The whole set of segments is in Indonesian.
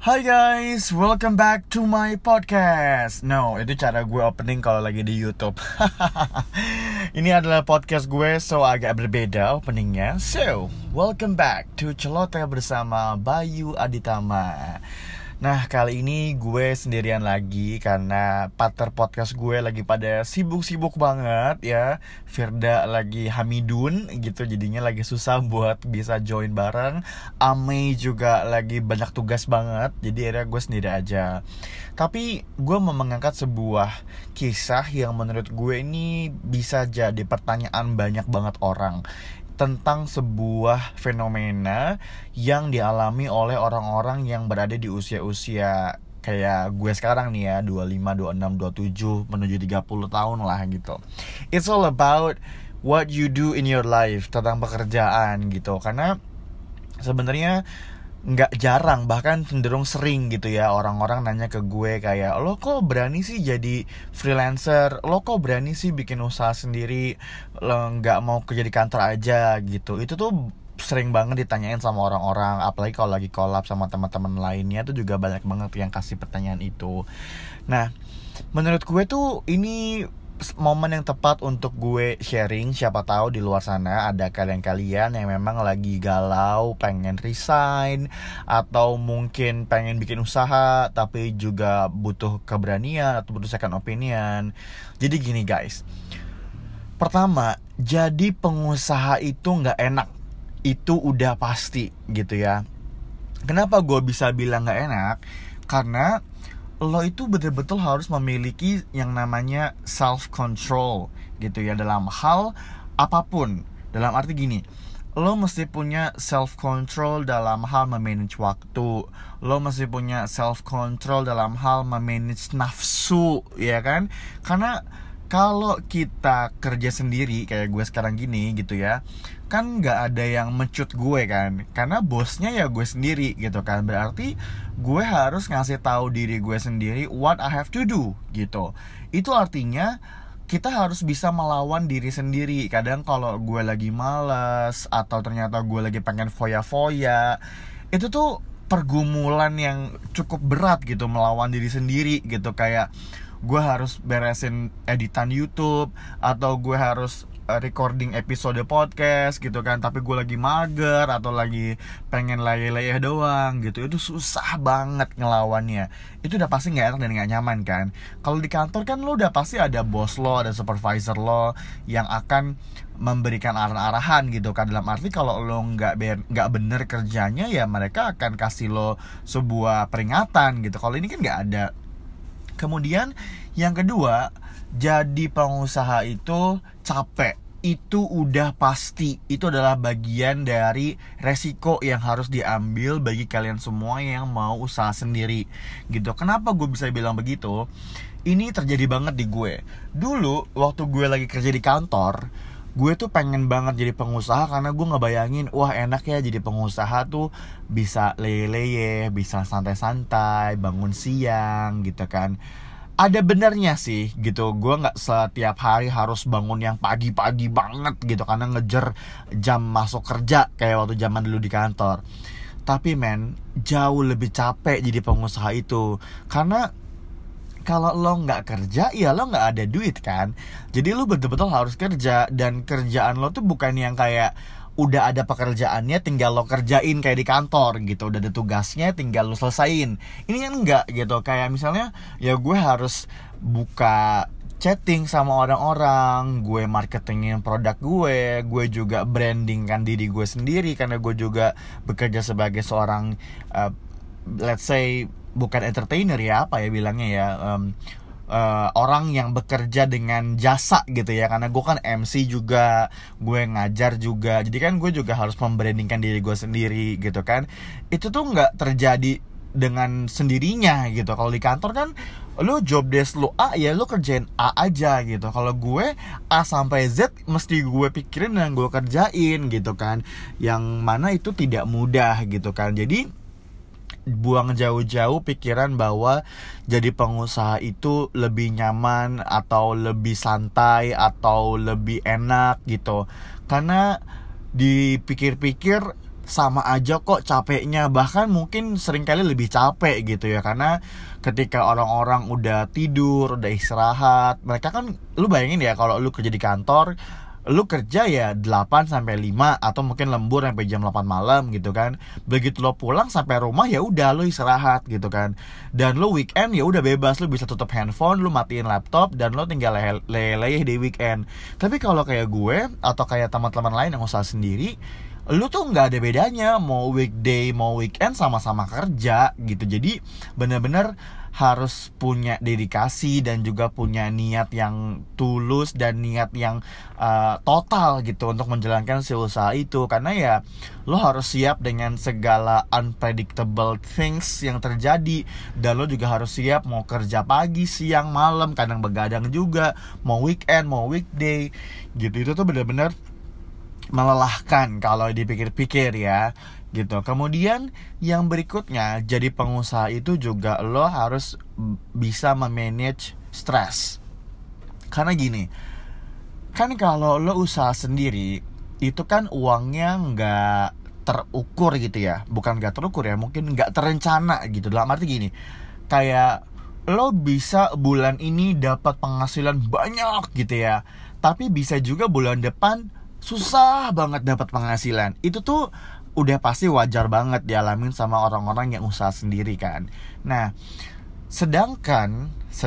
Hai guys, welcome back to my podcast. No, itu cara gue opening kalau lagi di YouTube. Ini adalah podcast gue, so agak berbeda openingnya. So, welcome back to Celoteh bersama Bayu Aditama. Nah, kali ini gue sendirian lagi karena partner podcast gue lagi pada sibuk-sibuk banget ya. Firda lagi hamidun gitu, jadinya lagi susah buat bisa join bareng. Ame juga lagi banyak tugas banget, jadi akhirnya gue sendiri aja. Tapi gue mau mengangkat sebuah kisah yang menurut gue ini bisa jadi pertanyaan banyak banget orang tentang sebuah fenomena yang dialami oleh orang-orang yang berada di usia-usia kayak gue sekarang nih ya, 25, 26, 27 menuju 30 tahun lah gitu. It's all about what you do in your life, tentang pekerjaan gitu. Karena sebenarnya nggak jarang, bahkan cenderung sering gitu ya, orang-orang nanya ke gue kayak, lo kok berani sih jadi freelancer, lo kok berani sih bikin usaha sendiri, lo nggak mau kerja di kantor aja gitu. Itu tuh sering banget ditanyain sama orang-orang, apalagi kalau lagi collab sama teman-teman lainnya tuh juga banyak banget yang kasih pertanyaan itu. Nah, menurut gue tuh ini momen yang tepat untuk gue sharing. Siapa tahu di luar sana ada kalian-kalian yang memang lagi galau, pengen resign, atau mungkin pengen bikin usaha tapi juga butuh keberanian atau butuh second opinion. Jadi gini guys, pertama, jadi pengusaha itu gak enak. Itu udah pasti gitu ya. Kenapa gue bisa bilang gak enak? Karena lo itu betul-betul harus memiliki yang namanya self-control gitu ya, dalam hal apapun. Dalam arti gini, lo mesti punya self-control dalam hal memanage waktu. Lo mesti punya self-control dalam hal memanage nafsu, ya kan? Karena kalau kita kerja sendiri kayak gue sekarang gini gitu ya, kan gak ada yang mencut gue kan, karena bosnya ya gue sendiri gitu kan. Berarti gue harus ngasih tahu diri gue sendiri what I have to do gitu. Itu artinya kita harus bisa melawan diri sendiri. Kadang kalau gue lagi malas atau ternyata gue lagi pengen foya-foya, itu tuh pergumulan yang cukup berat gitu, melawan diri sendiri gitu. Kayak gue harus beresin editan YouTube, atau gue harus recording episode podcast gitu kan, tapi gue lagi mager atau lagi pengen layeh-layeh doang gitu. Itu susah banget ngelawannya. Itu udah pasti gak enak dan gak nyaman kan. Kalau di kantor kan lo udah pasti ada bos lo, ada supervisor lo yang akan memberikan arahan gitu kan. Dalam arti kalau lo nggak bener kerjanya, ya mereka akan kasih lo sebuah peringatan gitu. Kalau ini kan nggak ada. Kemudian yang kedua, jadi pengusaha itu capek. Itu udah pasti. Itu adalah bagian dari resiko yang harus diambil bagi kalian semua yang mau usaha sendiri gitu. Kenapa gue bisa bilang begitu? Ini terjadi banget di gue. Dulu waktu gue lagi kerja di kantor, gue tuh pengen banget jadi pengusaha karena gue ngebayangin, wah enak ya jadi pengusaha tuh bisa leye-leye, bisa santai-santai, bangun siang gitu kan. Ada benernya sih gitu, gue gak setiap hari harus bangun yang pagi-pagi banget gitu karena ngejar jam masuk kerja kayak waktu zaman dulu di kantor. Tapi men, jauh lebih capek jadi pengusaha itu. Karena kalau lo nggak kerja, ya lo nggak ada duit kan. Jadi lo betul-betul harus kerja. Dan kerjaan lo tuh bukan yang kayak udah ada pekerjaannya tinggal lo kerjain kayak di kantor gitu, udah ada tugasnya tinggal lo selesain. Ini kan enggak gitu. Kayak misalnya, ya gue harus buka chatting sama orang-orang, gue marketingin produk gue juga brandingkan diri gue sendiri. Karena gue juga bekerja sebagai seorang let's say bukan entertainer ya, apa ya bilangnya ya, orang yang bekerja dengan jasa gitu ya. Karena gue kan MC juga, gue ngajar juga, jadi kan gue juga harus membrandingkan diri gue sendiri gitu kan. Itu tuh gak terjadi dengan sendirinya gitu. Kalau di kantor kan lo job desk lo A, ya lo kerjain A aja gitu. Kalau gue A sampai Z mesti gue pikirin dan gue kerjain gitu kan, yang mana itu tidak mudah gitu kan. Jadi buang jauh-jauh pikiran bahwa jadi pengusaha itu lebih nyaman atau lebih santai atau lebih enak gitu. Karena dipikir-pikir sama aja kok capeknya, bahkan mungkin seringkali lebih capek gitu ya. Karena ketika orang-orang udah tidur, udah istirahat, mereka kan, lu bayangin ya kalau lu kerja di kantor, lu kerja ya 8 sampai 5 atau mungkin lembur sampai jam 8 malam gitu kan. Begitu lo pulang sampai rumah ya udah lo istirahat gitu kan. Dan lo weekend ya udah bebas, lo bisa tutup handphone, lo matiin laptop dan lo tinggal leleh di weekend. Tapi kalau kayak gue atau kayak teman-teman lain yang usaha sendiri, lu tuh nggak ada bedanya, mau weekday mau weekend sama-sama kerja gitu. Jadi bener-bener harus punya dedikasi dan juga punya niat yang tulus dan niat yang total gitu untuk menjalankan si usaha itu. Karena ya lo harus siap dengan segala unpredictable things yang terjadi, dan lo juga harus siap mau kerja pagi, siang, malam, kadang begadang juga, mau weekend mau weekday gitu. Itu tuh bener-bener melelahkan kalau dipikir-pikir ya gitu. Kemudian yang berikutnya, jadi pengusaha itu juga lo harus bisa memanage stres. Karena gini, kan kalau lo usaha sendiri itu kan uangnya nggak terukur gitu ya. Bukan nggak terukur ya, mungkin nggak terencana gitu. Dalam arti gini, kayak lo bisa bulan ini dapat penghasilan banyak gitu ya, tapi bisa juga bulan depan susah banget dapat penghasilan. Itu tuh udah pasti wajar banget dialamin sama orang-orang yang usaha sendiri kan. Nah, sedangkan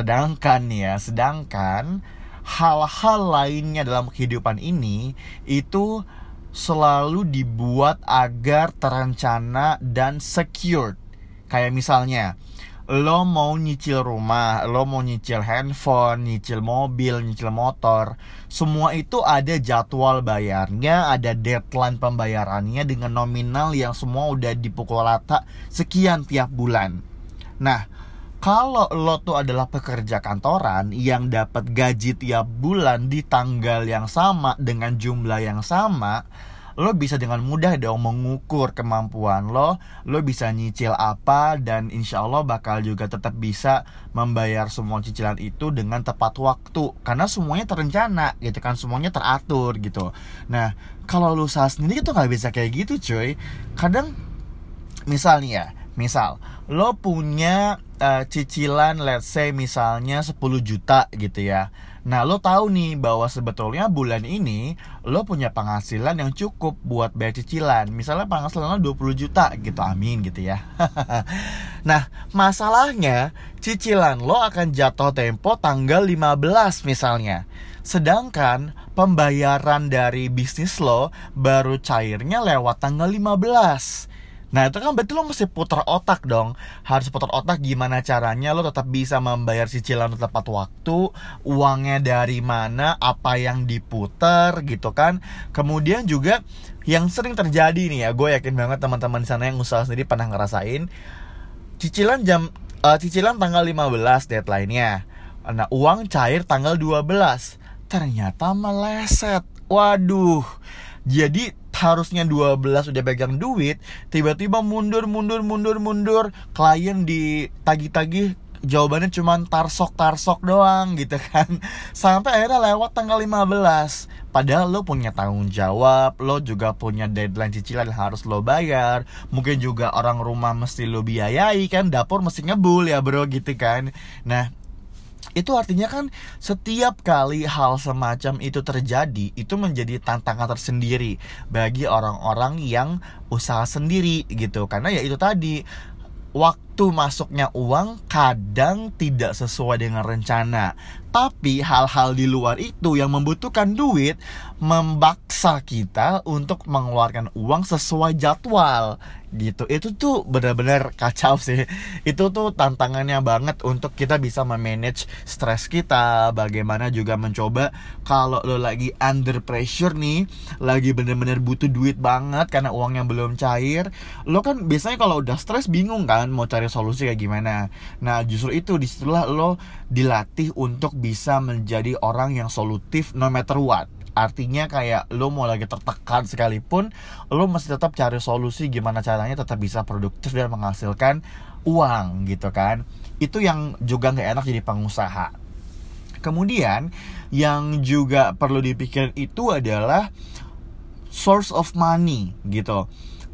hal-hal lainnya dalam kehidupan ini itu selalu dibuat agar terencana dan secured. Kayak misalnya lo mau nyicil rumah, lo mau nyicil handphone, nyicil mobil, nyicil motor, semua itu ada jadwal bayarnya, ada deadline pembayarannya dengan nominal yang semua udah dipukul rata sekian tiap bulan. Nah, kalau lo tuh adalah pekerja kantoran yang dapat gaji tiap bulan di tanggal yang sama dengan jumlah yang sama, lo bisa dengan mudah dong mengukur kemampuan lo bisa nyicil apa, dan insya Allah bakal juga tetap bisa membayar semua cicilan itu dengan tepat waktu. Karena semuanya terencana gitu kan, semuanya teratur gitu. Nah, kalau lo usaha sendiri itu gak bisa kayak gitu cuy. Kadang misal lo punya cicilan let's say misalnya 10 juta gitu ya. Nah, lo tahu nih bahwa sebetulnya bulan ini lo punya penghasilan yang cukup buat bayar cicilan. Misalnya penghasilan lo 20 juta gitu, amin gitu ya. Nah, masalahnya cicilan lo akan jatuh tempo tanggal 15 misalnya. Sedangkan pembayaran dari bisnis lo baru cairnya lewat tanggal 15. Nah, itu kan betul lo mesti putar otak dong. Harus putar otak gimana caranya lo tetap bisa membayar cicilan tepat waktu, uangnya dari mana, apa yang diputar gitu kan. Kemudian juga yang sering terjadi nih ya, gue yakin banget teman-teman di sana yang usaha sendiri pernah ngerasain cicilan tanggal 15 deadline-nya. Nah, uang cair tanggal 12. Ternyata meleset. Waduh. Jadi harusnya 12 udah pegang duit, tiba-tiba mundur. Klien ditagih-tagih, jawabannya cuma tarsok doang gitu kan. Sampai akhirnya lewat tanggal 15. Padahal lo punya tanggung jawab, lo juga punya deadline cicilan yang harus lo bayar. Mungkin juga orang rumah mesti lo biayai kan, dapur mesti ngebul ya bro gitu kan. Nah, itu artinya kan setiap kali hal semacam itu terjadi, itu menjadi tantangan tersendiri bagi orang-orang yang usaha sendiri gitu. Karena ya itu tadi, waktu masuknya uang kadang tidak sesuai dengan rencana. Tapi hal-hal di luar itu yang membutuhkan duit memaksa kita untuk mengeluarkan uang sesuai jadwal gitu. Itu tuh benar-benar kacau sih. Itu tuh tantangannya banget untuk kita bisa memanage stres kita. Bagaimana juga mencoba kalau lo lagi under pressure nih, lagi benar-benar butuh duit banget karena uangnya belum cair. Lo kan biasanya kalau udah stres bingung kan mau cari solusi kayak gimana. Nah, justru itu disitulah lo dilatih untuk bisa menjadi orang yang solutif no matter what. Artinya kayak lo mau lagi tertekan sekalipun, lo mesti tetap cari solusi gimana caranya tetap bisa produktif dan menghasilkan uang gitu kan. Itu yang juga gak enak jadi pengusaha. Kemudian yang juga perlu dipikir itu adalah source of money gitu.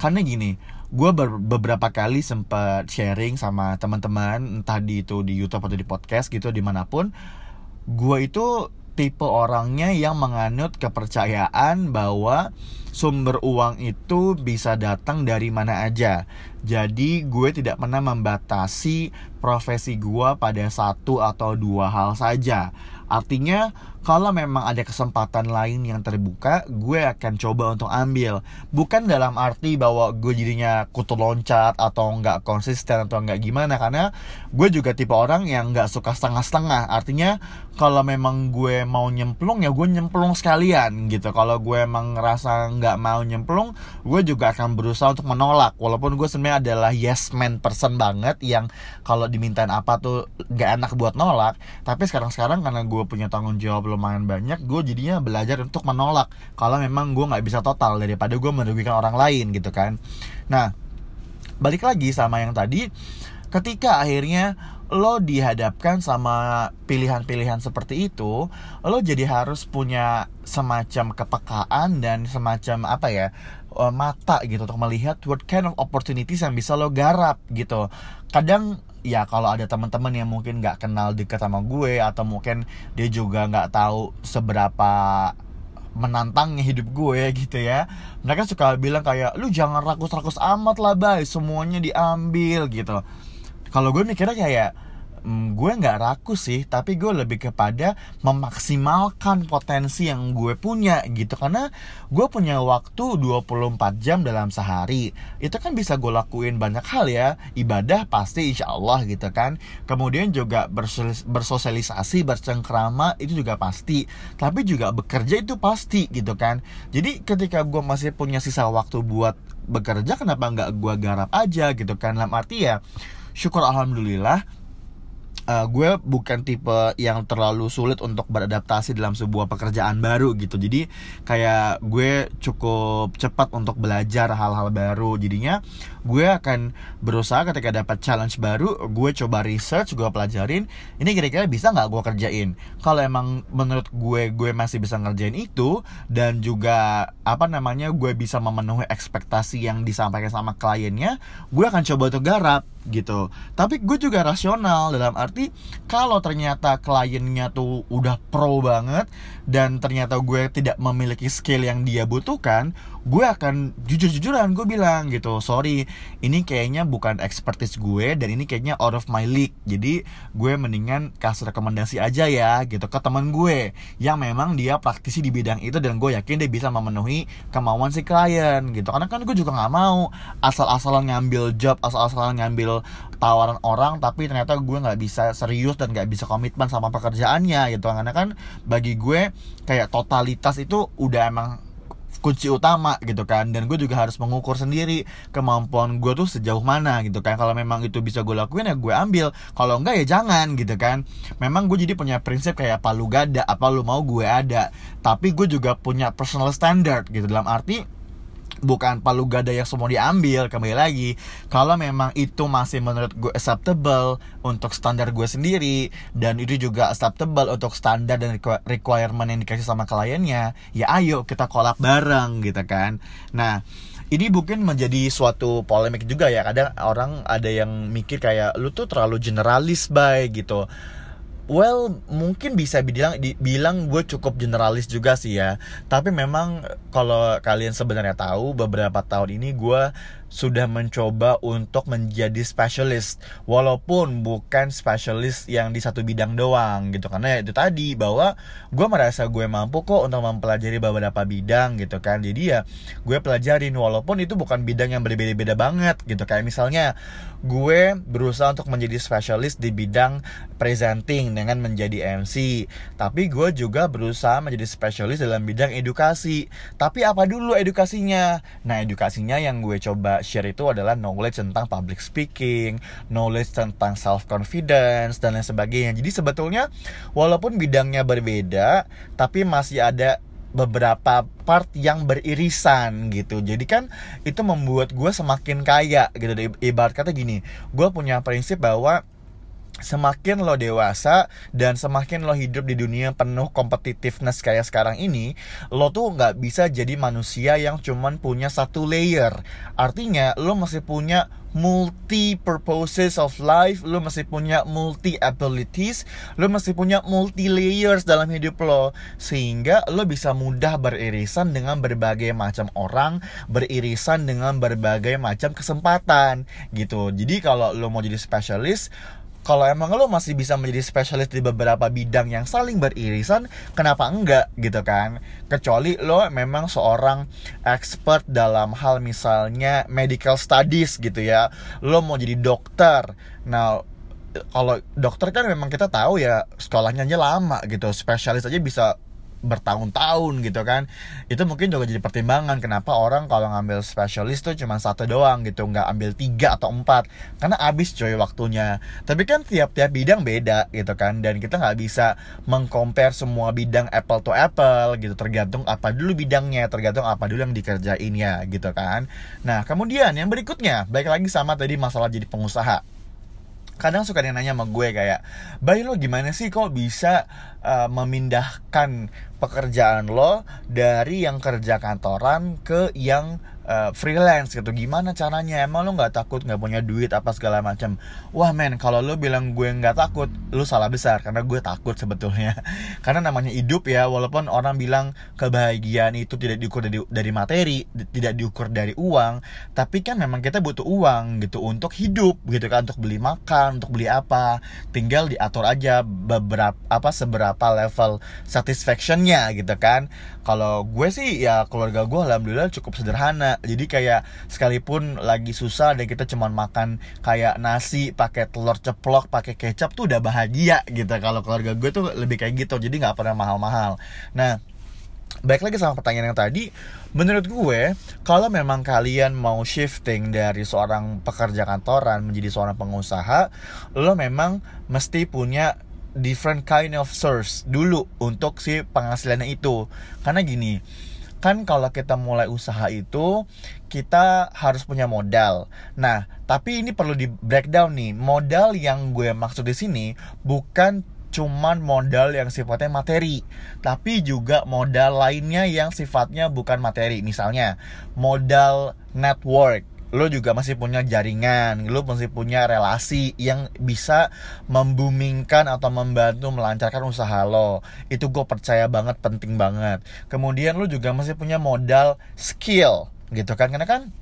Karena gini, gue beberapa kali sempat sharing sama teman-teman, entah di YouTube atau di podcast gitu, dimanapun. Gue itu tipe orangnya yang menganut kepercayaan bahwa sumber uang itu bisa datang dari mana aja. Jadi gue tidak pernah membatasi profesi gue pada satu atau dua hal saja. Artinya kalau memang ada kesempatan lain yang terbuka, gue akan coba untuk ambil. Bukan dalam arti bahwa gue jadinya kutu loncat atau nggak konsisten atau nggak gimana. Karena gue juga tipe orang yang nggak suka setengah-setengah. Artinya kalau memang gue mau nyemplung, ya gue nyemplung sekalian gitu. Kalau gue emang ngerasa nggak mau nyemplung, gue juga akan berusaha untuk menolak. Walaupun gue sebenarnya adalah yes man person banget, yang kalau dimintain apa tuh nggak enak buat nolak. Tapi sekarang karena gue punya tanggung jawab lumayan banyak, gue jadinya belajar untuk menolak kalau memang gue nggak bisa total, daripada gue merugikan orang lain gitu kan. Nah, balik lagi sama yang tadi, ketika akhirnya lo dihadapkan sama pilihan-pilihan seperti itu, lo jadi harus punya semacam kepekaan dan semacam mata gitu untuk melihat what kind of opportunities yang bisa lo garap gitu. Kadang ya kalau ada teman-teman yang mungkin nggak kenal dekat sama gue, atau mungkin dia juga nggak tahu seberapa menantangnya hidup gue gitu ya, mereka suka bilang kayak, lu jangan rakus-rakus amat lah bay, semuanya diambil gitu. Kalau gue mikirnya kayak, gue gak rakus sih, tapi gue lebih kepada memaksimalkan potensi yang gue punya gitu. Karena gue punya waktu 24 jam dalam sehari. Itu kan bisa gue lakuin banyak hal ya. Ibadah pasti insya Allah gitu kan. Kemudian juga bersosialisasi, bercengkrama itu juga pasti. Tapi juga bekerja itu pasti gitu kan. Jadi ketika gue masih punya sisa waktu buat bekerja, kenapa gak gue garap aja gitu kan. Dalam arti ya, syukur alhamdulillah, gue bukan tipe yang terlalu sulit untuk beradaptasi dalam sebuah pekerjaan baru gitu. Jadi kayak gue cukup cepat untuk belajar hal-hal baru. Jadinya gue akan berusaha ketika dapat challenge baru, gue coba research, gue pelajarin, ini kira-kira bisa gak gue kerjain. Kalau emang menurut gue masih bisa ngerjain itu, dan juga gue bisa memenuhi ekspektasi yang disampaikan sama kliennya, gue akan coba untuk garap gitu. Tapi gue juga rasional, dalam arti kalau ternyata kliennya tuh udah pro banget dan ternyata gue tidak memiliki skill yang dia butuhkan, gue akan jujur-jujuran, gue bilang gitu, sorry, ini kayaknya bukan expertise gue dan ini kayaknya out of my league. Jadi gue mendingan kasih rekomendasi aja ya gitu ke teman gue yang memang dia praktisi di bidang itu, dan gue yakin dia bisa memenuhi kemauan si klien gitu. Karena kan gue juga gak mau asal-asalan ngambil job, asal-asalan ngambil tawaran orang, tapi ternyata gue gak bisa serius dan gak bisa komitmen sama pekerjaannya gitu. Karena kan bagi gue kayak totalitas itu udah emang kunci utama gitu kan. Dan gue juga harus mengukur sendiri kemampuan gue tuh sejauh mana gitu kan. Kalau memang itu bisa gue lakuin ya gue ambil, kalau enggak ya jangan gitu kan. Memang gue jadi punya prinsip kayak apa lu gak ada, apa lu mau gue ada. Tapi gue juga punya personal standard gitu, dalam arti bukan palu gada yang semua diambil. Kembali lagi, kalau memang itu masih menurut gue acceptable untuk standar gue sendiri, dan itu juga acceptable untuk standar dan requirement yang dikasih sama kliennya, ya ayo kita collab bareng gitu kan. Nah, ini mungkin menjadi suatu polemik juga ya. Kadang orang ada yang mikir kayak, lu tuh terlalu generalis bay gitu. Well, mungkin bisa bilang gue cukup generalis juga sih ya. Tapi memang kalau kalian sebenarnya tahu, beberapa tahun ini gue sudah mencoba untuk menjadi specialist, walaupun bukan specialist yang di satu bidang doang gitu. Karena itu tadi, bahwa gue merasa gue mampu kok untuk mempelajari beberapa bidang gitu kan. Jadi ya gue pelajarin, walaupun itu bukan bidang yang berbeda-beda banget gitu. Kayak misalnya gue berusaha untuk menjadi specialist di bidang presenting dengan menjadi MC, tapi gue juga berusaha menjadi specialist dalam bidang edukasi. Tapi apa dulu edukasinya? Nah, edukasinya yang gue coba share itu adalah knowledge tentang public speaking, knowledge tentang self-confidence, dan lain sebagainya. Jadi sebetulnya walaupun bidangnya berbeda, tapi masih ada beberapa part yang beririsan gitu. Jadi kan itu membuat gue semakin kaya gitu. Ibarat kata gini, gue punya prinsip bahwa semakin lo dewasa dan semakin lo hidup di dunia penuh competitiveness kayak sekarang ini, lo tuh nggak bisa jadi manusia yang cuman punya satu layer. Artinya lo masih punya multi purposes of life, lo masih punya multi abilities, lo masih punya multi layers dalam hidup lo, sehingga lo bisa mudah beririsan dengan berbagai macam orang, beririsan dengan berbagai macam kesempatan gitu. Jadi kalau lo mau jadi spesialis, kalau emang lo masih bisa menjadi spesialis di beberapa bidang yang saling beririsan, kenapa enggak gitu kan? Kecuali lo memang seorang expert dalam hal misalnya medical studies gitu ya. Lo mau jadi dokter. Nah, kalau dokter kan memang kita tahu ya sekolahnya aja lama gitu. Spesialis aja bisa bertahun-tahun gitu kan. Itu mungkin juga jadi pertimbangan kenapa orang kalau ngambil spesialis tuh cuma satu doang gitu, nggak ambil 3 atau 4, karena habis coy waktunya. Tapi kan tiap-tiap bidang beda gitu kan, dan kita nggak bisa mengcompare semua bidang apple to apple gitu, tergantung apa dulu bidangnya, tergantung apa dulu yang dikerjainnya gitu kan. Nah kemudian yang berikutnya, balik lagi sama tadi masalah jadi pengusaha. Kadang suka dia nanya sama gue kayak, "Bay, lo gimana sih kok bisa memindahkan pekerjaan lo dari yang kerja kantoran ke yang freelance gitu, gimana caranya? Emang lo nggak takut nggak punya duit apa segala macam?" Wah men, kalau lo bilang gue nggak takut, lo salah besar, karena gue takut sebetulnya. Karena namanya hidup ya, walaupun orang bilang kebahagiaan itu tidak diukur dari materi, tidak diukur dari uang, tapi kan memang kita butuh uang gitu untuk hidup gitu kan, untuk beli makan, untuk beli apa, tinggal diatur aja seberapa level satisfactionnya gitu kan. Kalau gue sih ya keluarga gue alhamdulillah cukup sederhana, jadi kayak sekalipun lagi susah dan kita cuman makan kayak nasi pakai telur ceplok pakai kecap tuh udah bahagia gitu. Kalau keluarga gue tuh lebih kayak gitu, jadi nggak pernah mahal-mahal. Nah, balik lagi sama pertanyaan yang tadi, menurut gue kalau memang kalian mau shifting dari seorang pekerja kantoran menjadi seorang pengusaha, lo memang mesti punya different kind of source dulu untuk si penghasilannya itu. Karena gini, kan kalau kita mulai usaha itu kita harus punya modal. Nah, tapi ini perlu di breakdown nih. Modal yang gue maksud di sini bukan cuman modal yang sifatnya materi, tapi juga modal lainnya yang sifatnya bukan materi. Misalnya modal network, lo juga masih punya jaringan, lo masih punya relasi yang bisa membumingkan atau membantu melancarkan usaha lo. Itu gue percaya banget, penting banget. Kemudian lo juga masih punya modal skill gitu kan, karena kan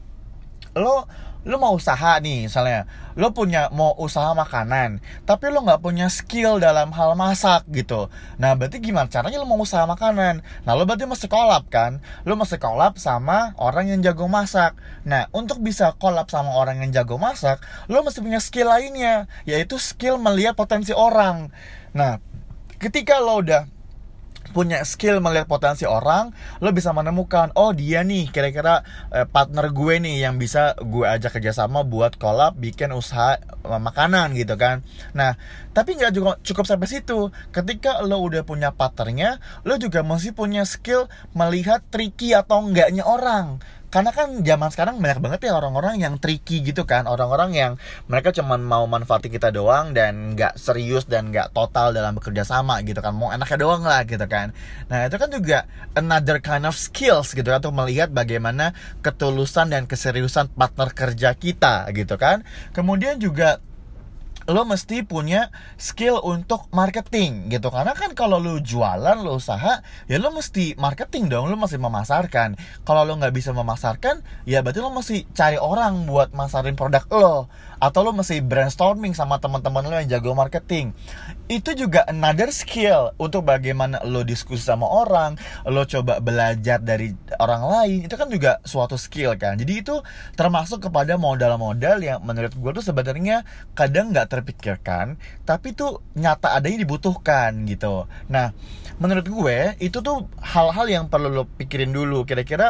lo mau usaha nih, misalnya lo mau usaha makanan, tapi lo nggak punya skill dalam hal masak gitu. Nah berarti gimana caranya lo mau usaha makanan? Nah lo berarti mesti collab kan, lo mesti collab sama orang yang jago masak. Nah untuk bisa collab sama orang yang jago masak, lo mesti punya skill lainnya, yaitu skill melihat potensi orang. Nah ketika lo udah punya skill melihat potensi orang, lo bisa menemukan, oh dia nih kira-kira partner gue nih yang bisa gue ajak kerjasama buat collab bikin usaha makanan gitu kan. Nah tapi nggak juga cukup sampai situ. Ketika lo udah punya partnernya, lo juga masih punya skill melihat tricky atau enggaknya orang. Karena kan zaman sekarang banyak banget ya orang-orang yang tricky gitu kan, orang-orang yang mereka cuma mau manfaatin kita doang dan nggak serius dan nggak total dalam bekerja sama gitu kan, mau enaknya doang lah gitu kan. Nah itu kan juga another kind of skills gitu kan, untuk melihat bagaimana ketulusan dan keseriusan partner kerja kita gitu kan. Kemudian juga lo mesti punya skill untuk marketing gitu, karena kan kalau lo jualan, lo usaha, ya lo mesti marketing dong, lo mesti memasarkan. Kalau lo nggak bisa memasarkan, ya berarti lo mesti cari orang buat masarin produk lo, atau lo mesti brainstorming sama teman-teman lo yang jago marketing. Itu juga another skill untuk bagaimana lo diskusi sama orang, lo coba belajar dari orang lain. Itu kan juga suatu skill kan. Jadi itu termasuk kepada modal-modal yang menurut gue tuh sebenarnya kadang nggak terpikirkan, tapi tuh nyata adanya dibutuhkan gitu. Nah menurut gue itu tuh hal-hal yang perlu lo pikirin dulu, kira-kira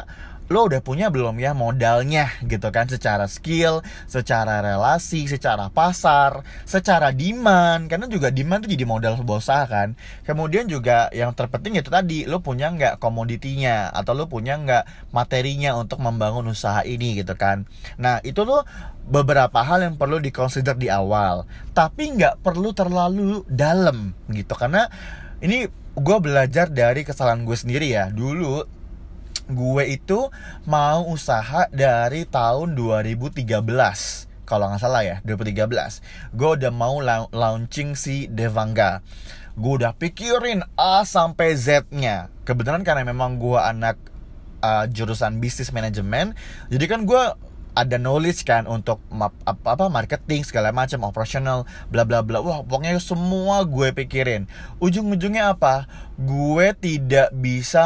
lo udah punya belum ya modalnya gitu kan, secara skill, secara relasi, secara pasar, secara demand, karena juga demand tuh jadi modal sebuah usaha kan. Kemudian juga yang terpenting itu tadi, lo punya nggak komoditinya atau lo punya nggak materinya untuk membangun usaha ini gitu kan. Nah itu tuh beberapa hal yang perlu dikonsider di awal, tapi nggak perlu terlalu dalam gitu, karena ini gue belajar dari kesalahan gue sendiri ya. Dulu gue itu mau usaha dari tahun 2013 kalau nggak salah ya, 2013 gue udah mau launching si Devangga. Gue udah pikirin A sampai Z-nya. Kebetulan karena memang gue anak jurusan bisnis manajemen, jadi kan gue ada knowledge kan untuk marketing segala macam, operational bla bla bla. Wah, pokoknya semua gue pikirin. Ujung-ujungnya apa? Gue tidak bisa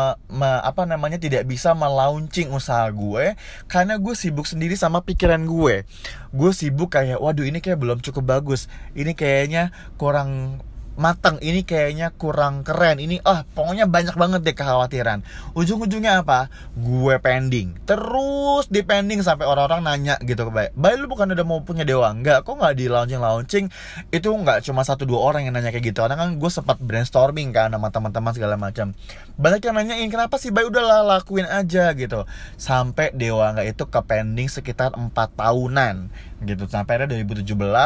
tidak bisa melaunching usaha gue karena gue sibuk sendiri sama pikiran gue. Gue sibuk kayak, waduh ini kayak belum cukup bagus. Ini kayaknya kurang matang, ini kayaknya kurang keren, ini pokoknya banyak banget deh kekhawatiran. Ujung-ujungnya apa? Gue pending, terus di pending sampai orang-orang nanya gitu, Bay lu bukan udah mau punya Dewa enggak? Kok nggak di launching? Itu nggak cuma 1-2 orang yang nanya kayak gitu. Karena kan gue sempat brainstorming kan sama teman-teman segala macam. Banyak yang nanyain, kenapa sih Bay, udahlah lakuin aja gitu. Sampai Dewa enggak itu ke pending sekitar 4 tahunan gitu. Sampai ada 2017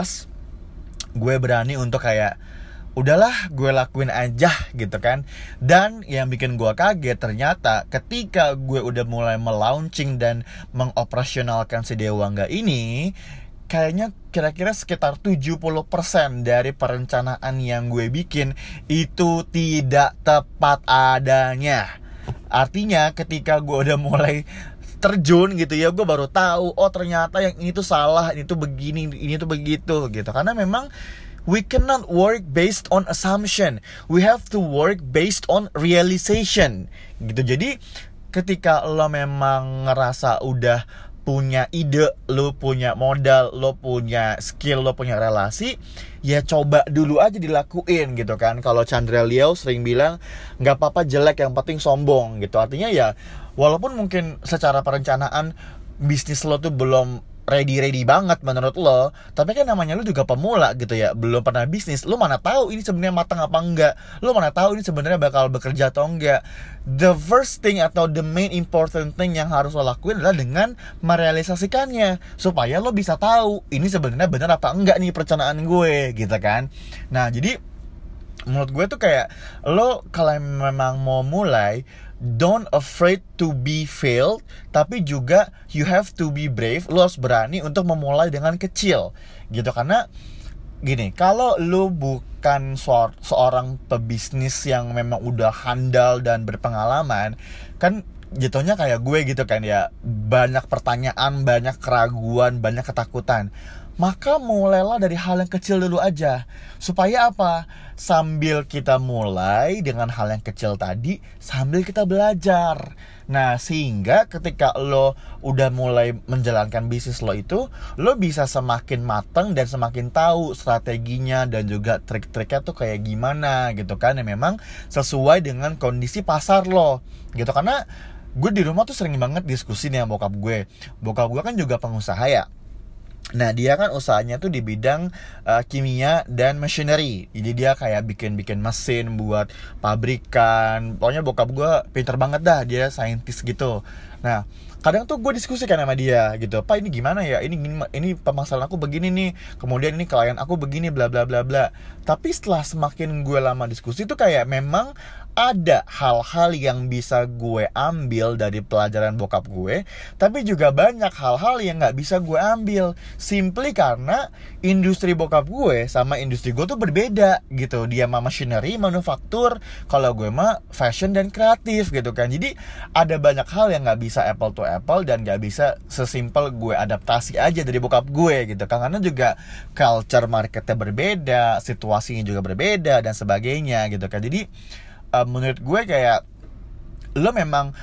gue berani untuk kayak udahlah gue lakuin aja gitu kan. Dan yang bikin gue kaget, ternyata ketika gue udah mulai melaunching dan mengoperasionalkan si Dewangga ini, kayaknya kira-kira sekitar 70% dari perencanaan yang gue bikin itu tidak tepat adanya. Artinya ketika gue udah mulai terjun gitu ya, gue baru tahu, oh ternyata yang ini tuh salah, ini tuh begini, ini tuh begitu gitu. Karena memang we cannot work based on assumption. We have to work based on realization gitu. Jadi ketika lo memang ngerasa udah punya ide, lo punya modal, lo punya skill, lo punya relasi, ya coba dulu aja dilakuin gitu kan. Kalau Chandra Liao sering bilang, gak apa-apa jelek, yang penting sombong gitu. Artinya ya walaupun mungkin secara perencanaan bisnis lo tuh belum ready banget menurut lo, tapi kan namanya lo juga pemula gitu ya, belum pernah bisnis. Lo mana tahu ini sebenarnya matang apa enggak? Lo mana tahu ini sebenarnya bakal bekerja atau enggak? The first thing atau the main important thing yang harus lo lakuin adalah dengan merealisasikannya, supaya lo bisa tahu ini sebenarnya benar apa enggak nih perencanaan gue gitu kan. Nah jadi menurut gue tuh kayak lo kalau memang mau mulai, don't afraid to be failed, tapi juga you have to be brave. Lo harus berani untuk memulai dengan kecil gitu. Karena gini, kalau lo bukan seorang pebisnis yang memang udah handal dan berpengalaman, kan jatuhnya kayak gue gitu kan ya, banyak pertanyaan, banyak keraguan, banyak ketakutan. Maka mulailah dari hal yang kecil dulu aja. Supaya apa? Sambil kita mulai dengan hal yang kecil tadi, sambil kita belajar. Nah, sehingga ketika lo udah mulai menjalankan bisnis lo itu, lo bisa semakin matang dan semakin tahu strateginya dan juga trik-triknya tuh kayak gimana gitu kan. Yang memang sesuai dengan kondisi pasar lo gitu. Karena gue di rumah tuh sering banget diskusi nih sama bokap gue. Bokap gue kan juga pengusaha ya. Nah dia kan usahanya tuh di bidang kimia dan machinery. Jadi dia kayak bikin mesin buat pabrikan. Pokoknya bokap gue pinter banget dah, dia saintis gitu. Nah kadang tuh gue diskusi kan sama dia gitu, Pak ini gimana ya, ini permasalahan aku begini nih, kemudian ini klien aku begini bla bla bla bla. Tapi setelah semakin gue lama diskusi tuh kayak memang ada hal-hal yang bisa gue ambil dari pelajaran bokap gue, tapi juga banyak hal-hal yang gak bisa gue ambil. Simply karena industri bokap gue sama industri gue tuh berbeda gitu. Dia mah machinery, manufaktur, kalau gue mah fashion dan kreatif gitu kan. Jadi ada banyak hal yang gak bisa apple to apple dan gak bisa sesimpel gue adaptasi aja dari bokap gue gitu kan. Karena juga culture marketnya berbeda, situasinya juga berbeda dan sebagainya gitu kan. Jadi menurut gue kayak lo memang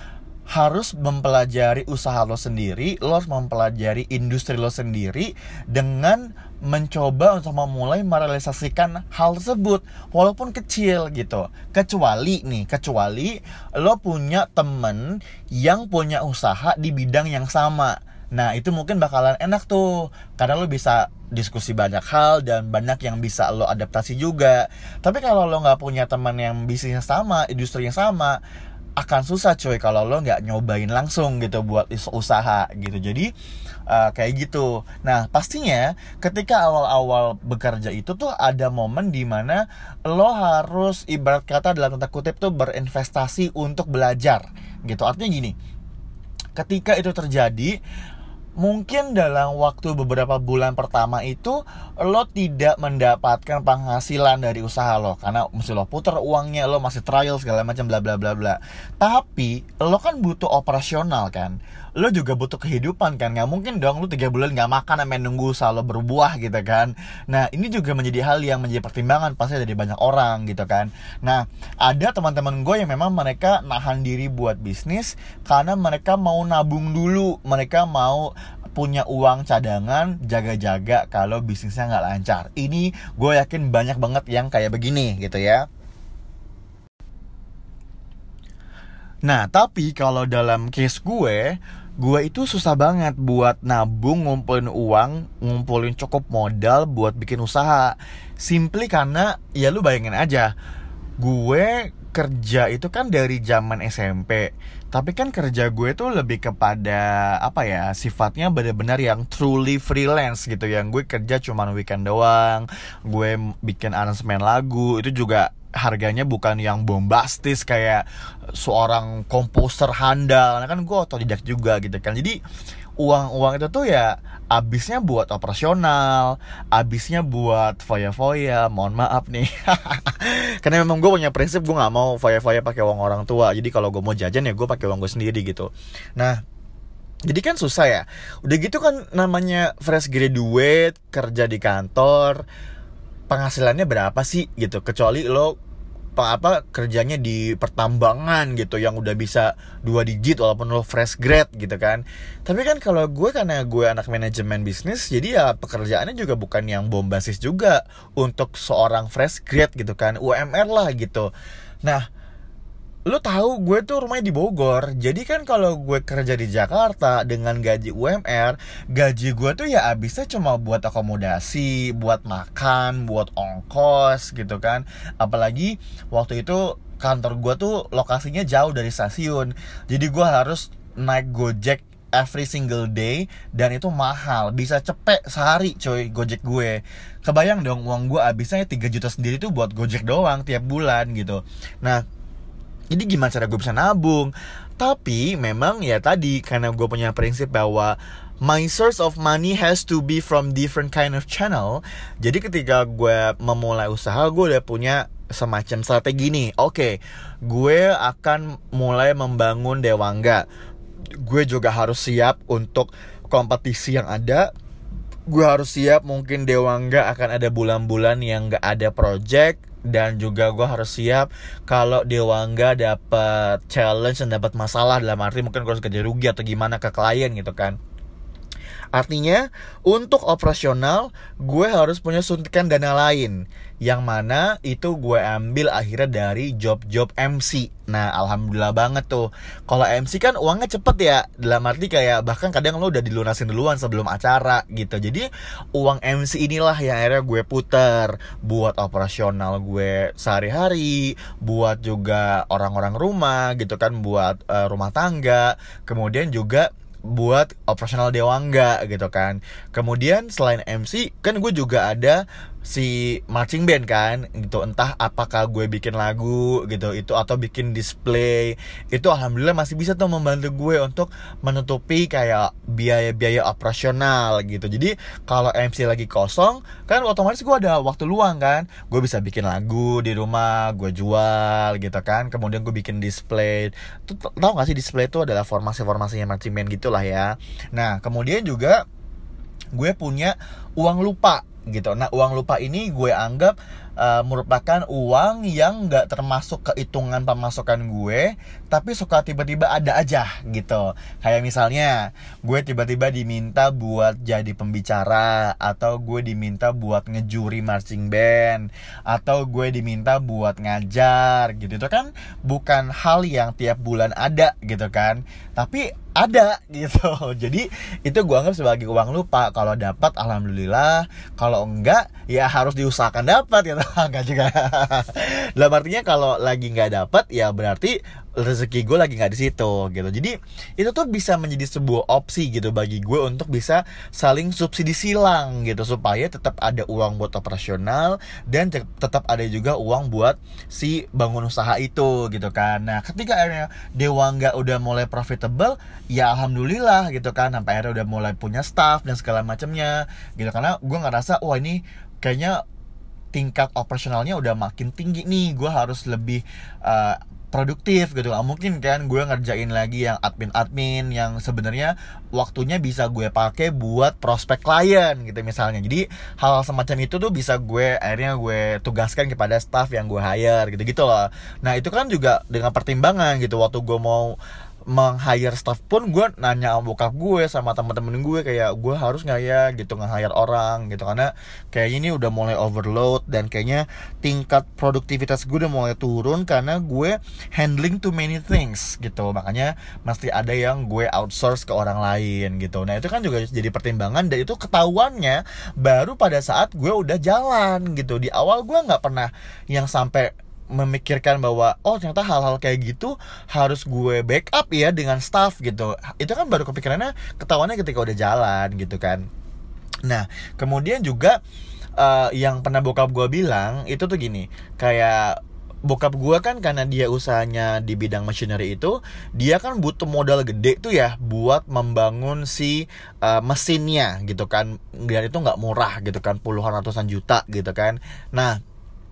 harus mempelajari usaha lo sendiri, lo harus mempelajari industri lo sendiri dengan mencoba untuk memulai merealisasikan hal tersebut walaupun kecil gitu. Kecuali lo punya temen yang punya usaha di bidang yang sama. Nah itu mungkin bakalan enak tuh, karena lo bisa diskusi banyak hal dan banyak yang bisa lo adaptasi juga. Tapi kalau lo gak punya teman yang bisnisnya sama, industri yang sama, akan susah coy kalau lo gak nyobain langsung gitu buat usaha gitu. Jadi kayak gitu. Nah pastinya ketika awal-awal bekerja itu tuh ada momen dimana lo harus ibarat kata dalam tanda kutip tuh berinvestasi untuk belajar gitu. Artinya gini, ketika itu terjadi, mungkin dalam waktu beberapa bulan pertama itu lo tidak mendapatkan penghasilan dari usaha lo karena mesti lo putar uangnya, lo masih trial segala macam bla bla bla bla. Tapi lo kan butuh operasional kan, lo juga butuh kehidupan kan. Nggak mungkin dong lo 3 bulan nggak makan sampai nunggu usaha lo berbuah gitu kan. Nah ini juga menjadi hal yang menjadi pertimbangan pasti dari banyak orang gitu kan. Nah ada teman-teman gue yang memang mereka nahan diri buat bisnis karena mereka mau nabung dulu, mereka mau punya uang cadangan jaga-jaga kalau bisnisnya nggak lancar. Ini gue yakin banyak banget yang kayak begini gitu ya. Nah tapi kalau dalam case gue itu susah banget buat nabung, ngumpulin uang, ngumpulin cukup modal buat bikin usaha. Simply karena ya lu bayangin aja, gue kerja itu kan dari zaman SMP. Tapi kan kerja gue tuh lebih kepada apa ya, sifatnya benar-benar yang truly freelance gitu. Yang gue kerja cuman weekend doang, gue bikin aransemen lagu, itu juga harganya bukan yang bombastis kayak seorang komposer handal. Nah kan gue otodidak juga gitu kan. Jadi uang itu tuh ya abisnya buat operasional, abisnya buat foya-foya. Mohon maaf nih karena memang gue punya prinsip, gue gak mau foya-foya pakai uang orang tua. Jadi kalau gue mau jajan ya gue pakai uang gue sendiri gitu. Nah jadi kan susah ya. Udah gitu kan namanya fresh graduate, kerja di kantor, penghasilannya berapa sih gitu, kecuali lo kerjanya di pertambangan gitu yang udah bisa 2 digit walaupun lo fresh grad gitu kan. Tapi kan kalau gue, karena gue anak manajemen bisnis, jadi ya pekerjaannya juga bukan yang bombastis juga untuk seorang fresh grad gitu kan, UMR lah gitu. Nah lo tahu gue tuh rumahnya di Bogor. Jadi kan kalau gue kerja di Jakarta dengan gaji UMR, gaji gue tuh ya abisnya cuma buat akomodasi, buat makan, buat ongkos gitu kan. Apalagi waktu itu kantor gue tuh lokasinya jauh dari stasiun. Jadi gue harus naik Gojek every single day, dan itu mahal, bisa cepet sehari coy Gojek gue. Kebayang dong uang gue abisnya 3 juta sendiri tuh buat Gojek doang tiap bulan gitu. Nah jadi gimana cara gue bisa nabung? Tapi memang ya tadi, karena gue punya prinsip bahwa my source of money has to be from different kind of channel. Jadi ketika gue memulai usaha, gue udah punya semacam strategi nih. Oke, gue akan mulai membangun Dewangga. Gue juga harus siap untuk kompetisi yang ada. Gue harus siap mungkin Dewangga akan ada bulan-bulan yang gak ada project. Dan juga gue harus siap kalau Dewangga dapat challenge dan dapat masalah, dalam arti mungkin gue harus ganti rugi atau gimana ke klien gitu kan. Artinya untuk operasional gue harus punya suntikan dana lain, yang mana itu gue ambil akhirnya dari job-job MC. Nah alhamdulillah banget tuh. Kalau MC kan uangnya cepet ya, dalam arti kayak bahkan kadang lo udah dilunasin duluan sebelum acara gitu. Jadi uang MC inilah yang akhirnya gue puter buat operasional gue sehari-hari, buat juga orang-orang rumah gitu kan, buat rumah tangga, kemudian juga buat operasional Dewangga gitu kan. Kemudian selain MC kan gue juga ada si marching band kan gitu. Entah apakah gue bikin lagu gitu itu atau bikin display, itu alhamdulillah masih bisa tuh membantu gue untuk menutupi kayak biaya-biaya operasional gitu. Jadi kalau MC lagi kosong kan otomatis gue ada waktu luang kan, gue bisa bikin lagu di rumah, gue jual gitu kan. Kemudian gue bikin display. Tuh, tau gak sih display itu adalah formasi-formasinya marching band gitu lah ya. Nah kemudian juga gue punya uang lupa. gitu. Nah, uang lupa ini gue anggap merupakan uang yang nggak termasuk kehitungan pemasukan gue, tapi suka tiba-tiba ada aja gitu. Kayak misalnya gue tiba-tiba diminta buat jadi pembicara, atau gue diminta buat ngejuri marching band, atau gue diminta buat ngajar gitu. Itu kan bukan hal yang tiap bulan ada gitu kan, tapi ada gitu. Jadi itu gue anggap sebagai uang lupa. Kalau dapat alhamdulillah, kalau enggak ya harus diusahakan dapat gitu. Enggak juga. Dalam artinya kalau lagi nggak dapat ya berarti rezeki gue lagi nggak di situ gitu. Jadi itu tuh bisa menjadi sebuah opsi gitu bagi gue untuk bisa saling subsidi silang gitu, supaya tetap ada uang buat operasional dan tetap ada juga uang buat si bangun usaha itu gitu kan. Nah, ketika akhirnya Dewangga udah mulai profitable, ya alhamdulillah gitu kan, sampai akhirnya udah mulai punya staff dan segala macamnya gitu. Karena gue ngerasa wah ini kayaknya tingkat operasionalnya udah makin tinggi nih, gue harus lebih produktif gitu. Mungkin kan gue ngerjain lagi yang admin yang sebenarnya waktunya bisa gue pakai buat prospek klien gitu misalnya. Jadi hal semacam itu tuh bisa akhirnya gue tugaskan kepada staff yang gue hire gitu loh. Nah, itu kan juga dengan pertimbangan gitu. Waktu gue mau meng-hire staff pun gue nanya sama bokap gue sama teman-teman gue, kayak gue harus nggak ya gitu nge-hire orang gitu, karena kayaknya ini udah mulai overload dan kayaknya tingkat produktivitas gue udah mulai turun karena gue handling too many things gitu. Makanya mesti ada yang gue outsource ke orang lain gitu. Nah, itu kan juga jadi pertimbangan, dan itu ketahuannya baru pada saat gue udah jalan gitu. Di awal gue nggak pernah yang sampai memikirkan bahwa oh ternyata hal-hal kayak gitu harus gue backup ya dengan staff gitu. Itu kan baru kepikirannya ketahuannya ketika udah jalan gitu kan. Nah, kemudian juga yang pernah bokap gue bilang itu tuh gini, kayak bokap gue kan karena dia usahanya di bidang machinery itu, dia kan butuh modal gede tuh ya buat membangun si mesinnya gitu kan. Dan itu nggak murah gitu kan, puluhan ratusan juta gitu kan. Nah,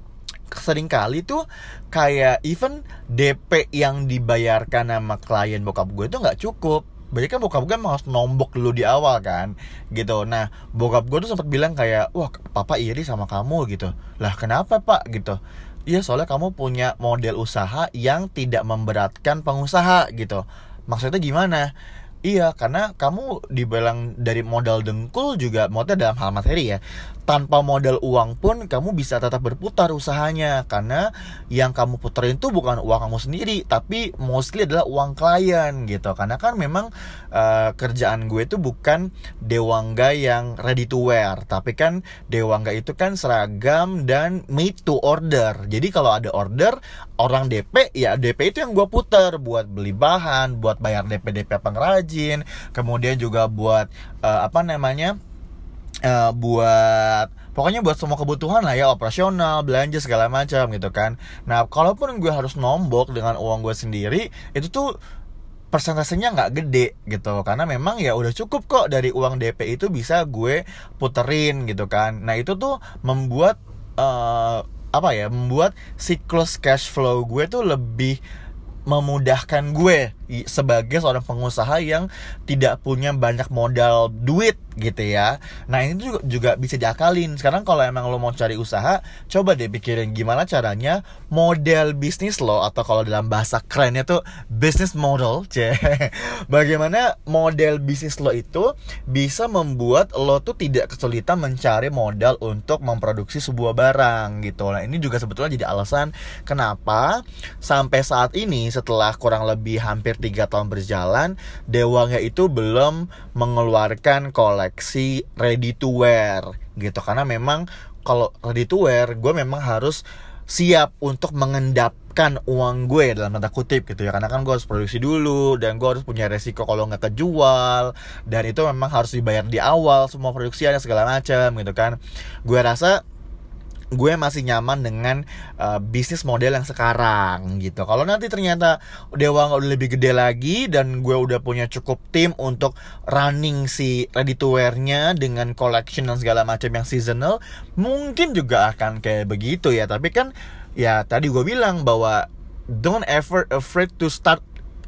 sering kali tuh kayak even DP yang dibayarkan sama klien bokap gue itu nggak cukup. Berarti kan bokap gue emang harus nombok dulu di awal kan gitu. Nah, bokap gue tuh sempat bilang kayak, wah papa iri sama kamu gitu. Lah kenapa pak gitu? Iya, soalnya kamu punya model usaha yang tidak memberatkan pengusaha gitu. Maksudnya gimana? Iya, karena kamu dibilang dari modal dengkul juga, modal dalam hal materi ya. Tanpa modal uang pun kamu bisa tetap berputar usahanya, karena yang kamu puterin tuh bukan uang kamu sendiri, tapi mostly adalah uang klien gitu. Karena kan memang kerjaan gue tuh bukan Dewangga yang ready to wear, tapi kan Dewangga itu kan seragam dan made to order. Jadi kalau ada order orang DP, ya DP itu yang gue puter buat beli bahan, buat bayar DP pengrajin, kemudian juga buat buat pokoknya buat semua kebutuhan lah ya, operasional, belanja segala macam gitu kan. Nah, kalaupun gue harus nombok dengan uang gue sendiri, itu tuh persentasenya nggak gede gitu, karena memang ya udah cukup kok dari uang DP itu bisa gue puterin gitu kan. Nah, itu tuh membuat membuat siklus cash flow gue tuh lebih memudahkan gue sebagai seorang pengusaha yang tidak punya banyak modal duit gitu ya. Nah, ini juga bisa diakalin. Sekarang kalau emang lo mau cari usaha, coba deh pikirin gimana caranya model bisnis lo, atau kalau dalam bahasa kerennya tuh business model, bagaimana model bisnis lo itu bisa membuat lo tuh tidak kesulitan mencari modal untuk memproduksi sebuah barang gitu. Nah, ini juga sebetulnya jadi alasan kenapa sampai saat ini setelah kurang lebih hampir 3 tahun berjalan, Dewangga itu belum mengeluarkan koleksi ready to wear gitu. Karena memang kalau ready to wear, gue memang harus siap untuk mengendapkan uang gue dalam tanda kutip gitu ya. Karena kan gue harus produksi dulu, dan gue harus punya resiko kalau nggak kejual, dan itu memang harus dibayar di awal semua produksiannya segala macam gitu kan. Gue rasa gue masih nyaman dengan bisnis model yang sekarang gitu. Kalau nanti ternyata Dewangga udah lebih gede lagi dan gue udah punya cukup tim untuk running si ready to wear-nya dengan collection dan segala macam yang seasonal, mungkin juga akan kayak begitu ya. Tapi kan ya tadi gue bilang bahwa don't ever afraid to start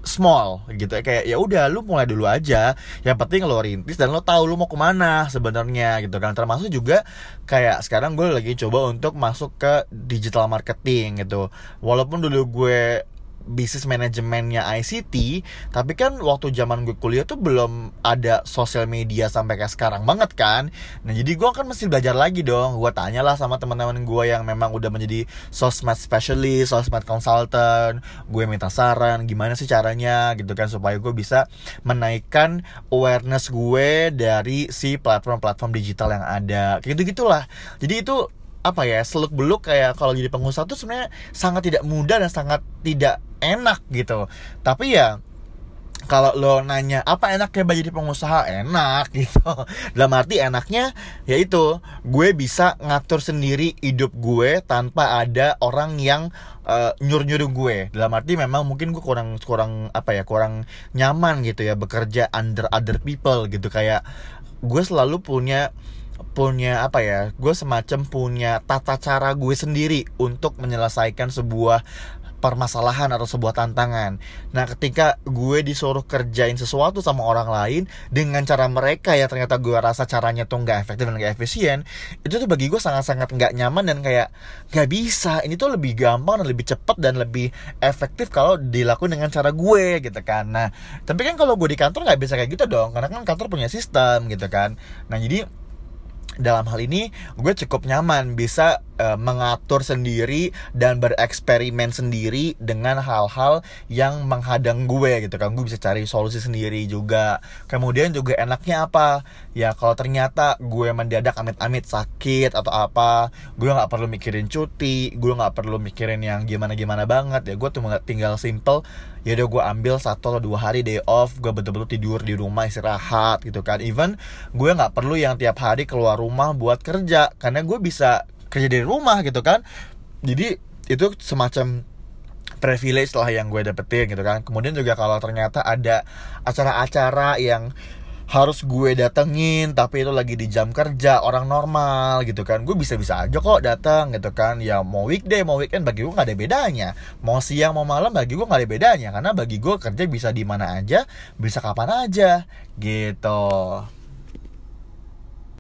small gitu, kayak ya udah lu mulai dulu aja, yang penting lo rintis dan lo tahu lu mau kemana sebenarnya gitu kan. Termasuk juga kayak sekarang gue lagi coba untuk masuk ke digital marketing gitu, walaupun dulu gue bisnis manajemennya ICT, tapi kan waktu zaman gue kuliah tuh belum ada sosial media sampai kayak sekarang banget kan. Nah jadi gue kan mesti belajar lagi dong. Gue tanyalah sama teman-teman gue yang memang udah menjadi sosmed specialist, sosmed consultant. Gue minta saran gimana sih caranya gitu kan, supaya gue bisa menaikkan awareness gue dari si platform-platform digital yang ada, kayak gitu-gitulah. Jadi itu apa ya, seluk beluk kayak kalau jadi pengusaha tuh sebenarnya sangat tidak mudah dan sangat tidak enak gitu. Tapi ya kalau lo nanya apa enaknya jadi pengusaha, enak gitu. Dalam arti enaknya yaitu gue bisa ngatur sendiri hidup gue tanpa ada orang yang nyuruh-nyuruh gue. Dalam arti memang mungkin gue kurang nyaman gitu ya bekerja under other people gitu. Kayak gue selalu punya gue semacam punya tata cara gue sendiri untuk menyelesaikan sebuah permasalahan atau sebuah tantangan. Nah ketika gue disuruh kerjain sesuatu sama orang lain dengan cara mereka ya ternyata gue rasa caranya tuh gak efektif dan gak efisien, itu tuh bagi gue sangat-sangat gak nyaman dan kayak gak bisa. Ini tuh lebih gampang dan lebih cepat dan lebih efektif kalau dilakuin dengan cara gue gitu kan. Nah tapi kan kalau gue di kantor gak bisa kayak gitu dong, karena kan kantor punya sistem gitu kan. Nah jadi dalam hal ini gue cukup nyaman bisa mengatur sendiri dan bereksperimen sendiri dengan hal-hal yang menghadang gue gitu kan. Gue bisa cari solusi sendiri juga. Kemudian juga enaknya apa ya, kalau ternyata gue mendadak amit-amit sakit atau apa, gue gak perlu mikirin cuti, gue gak perlu mikirin yang gimana-gimana banget ya. Gue tuh tinggal simple, ya udah gue ambil 1 atau 2 hari day off, gue betul-betul tidur di rumah istirahat gitu kan. Even gue nggak perlu yang tiap hari keluar rumah buat kerja, karena gue bisa kerja dari rumah gitu kan. Jadi itu semacam privilege lah yang gue dapetin gitu kan. Kemudian juga kalau ternyata ada acara-acara yang harus gue datengin tapi itu lagi di jam kerja orang normal gitu kan, gue bisa-bisa aja kok datang gitu kan. Ya mau weekday mau weekend bagi gue gak ada bedanya, mau siang mau malam bagi gue gak ada bedanya, karena bagi gue kerja bisa di mana aja, bisa kapan aja gitu.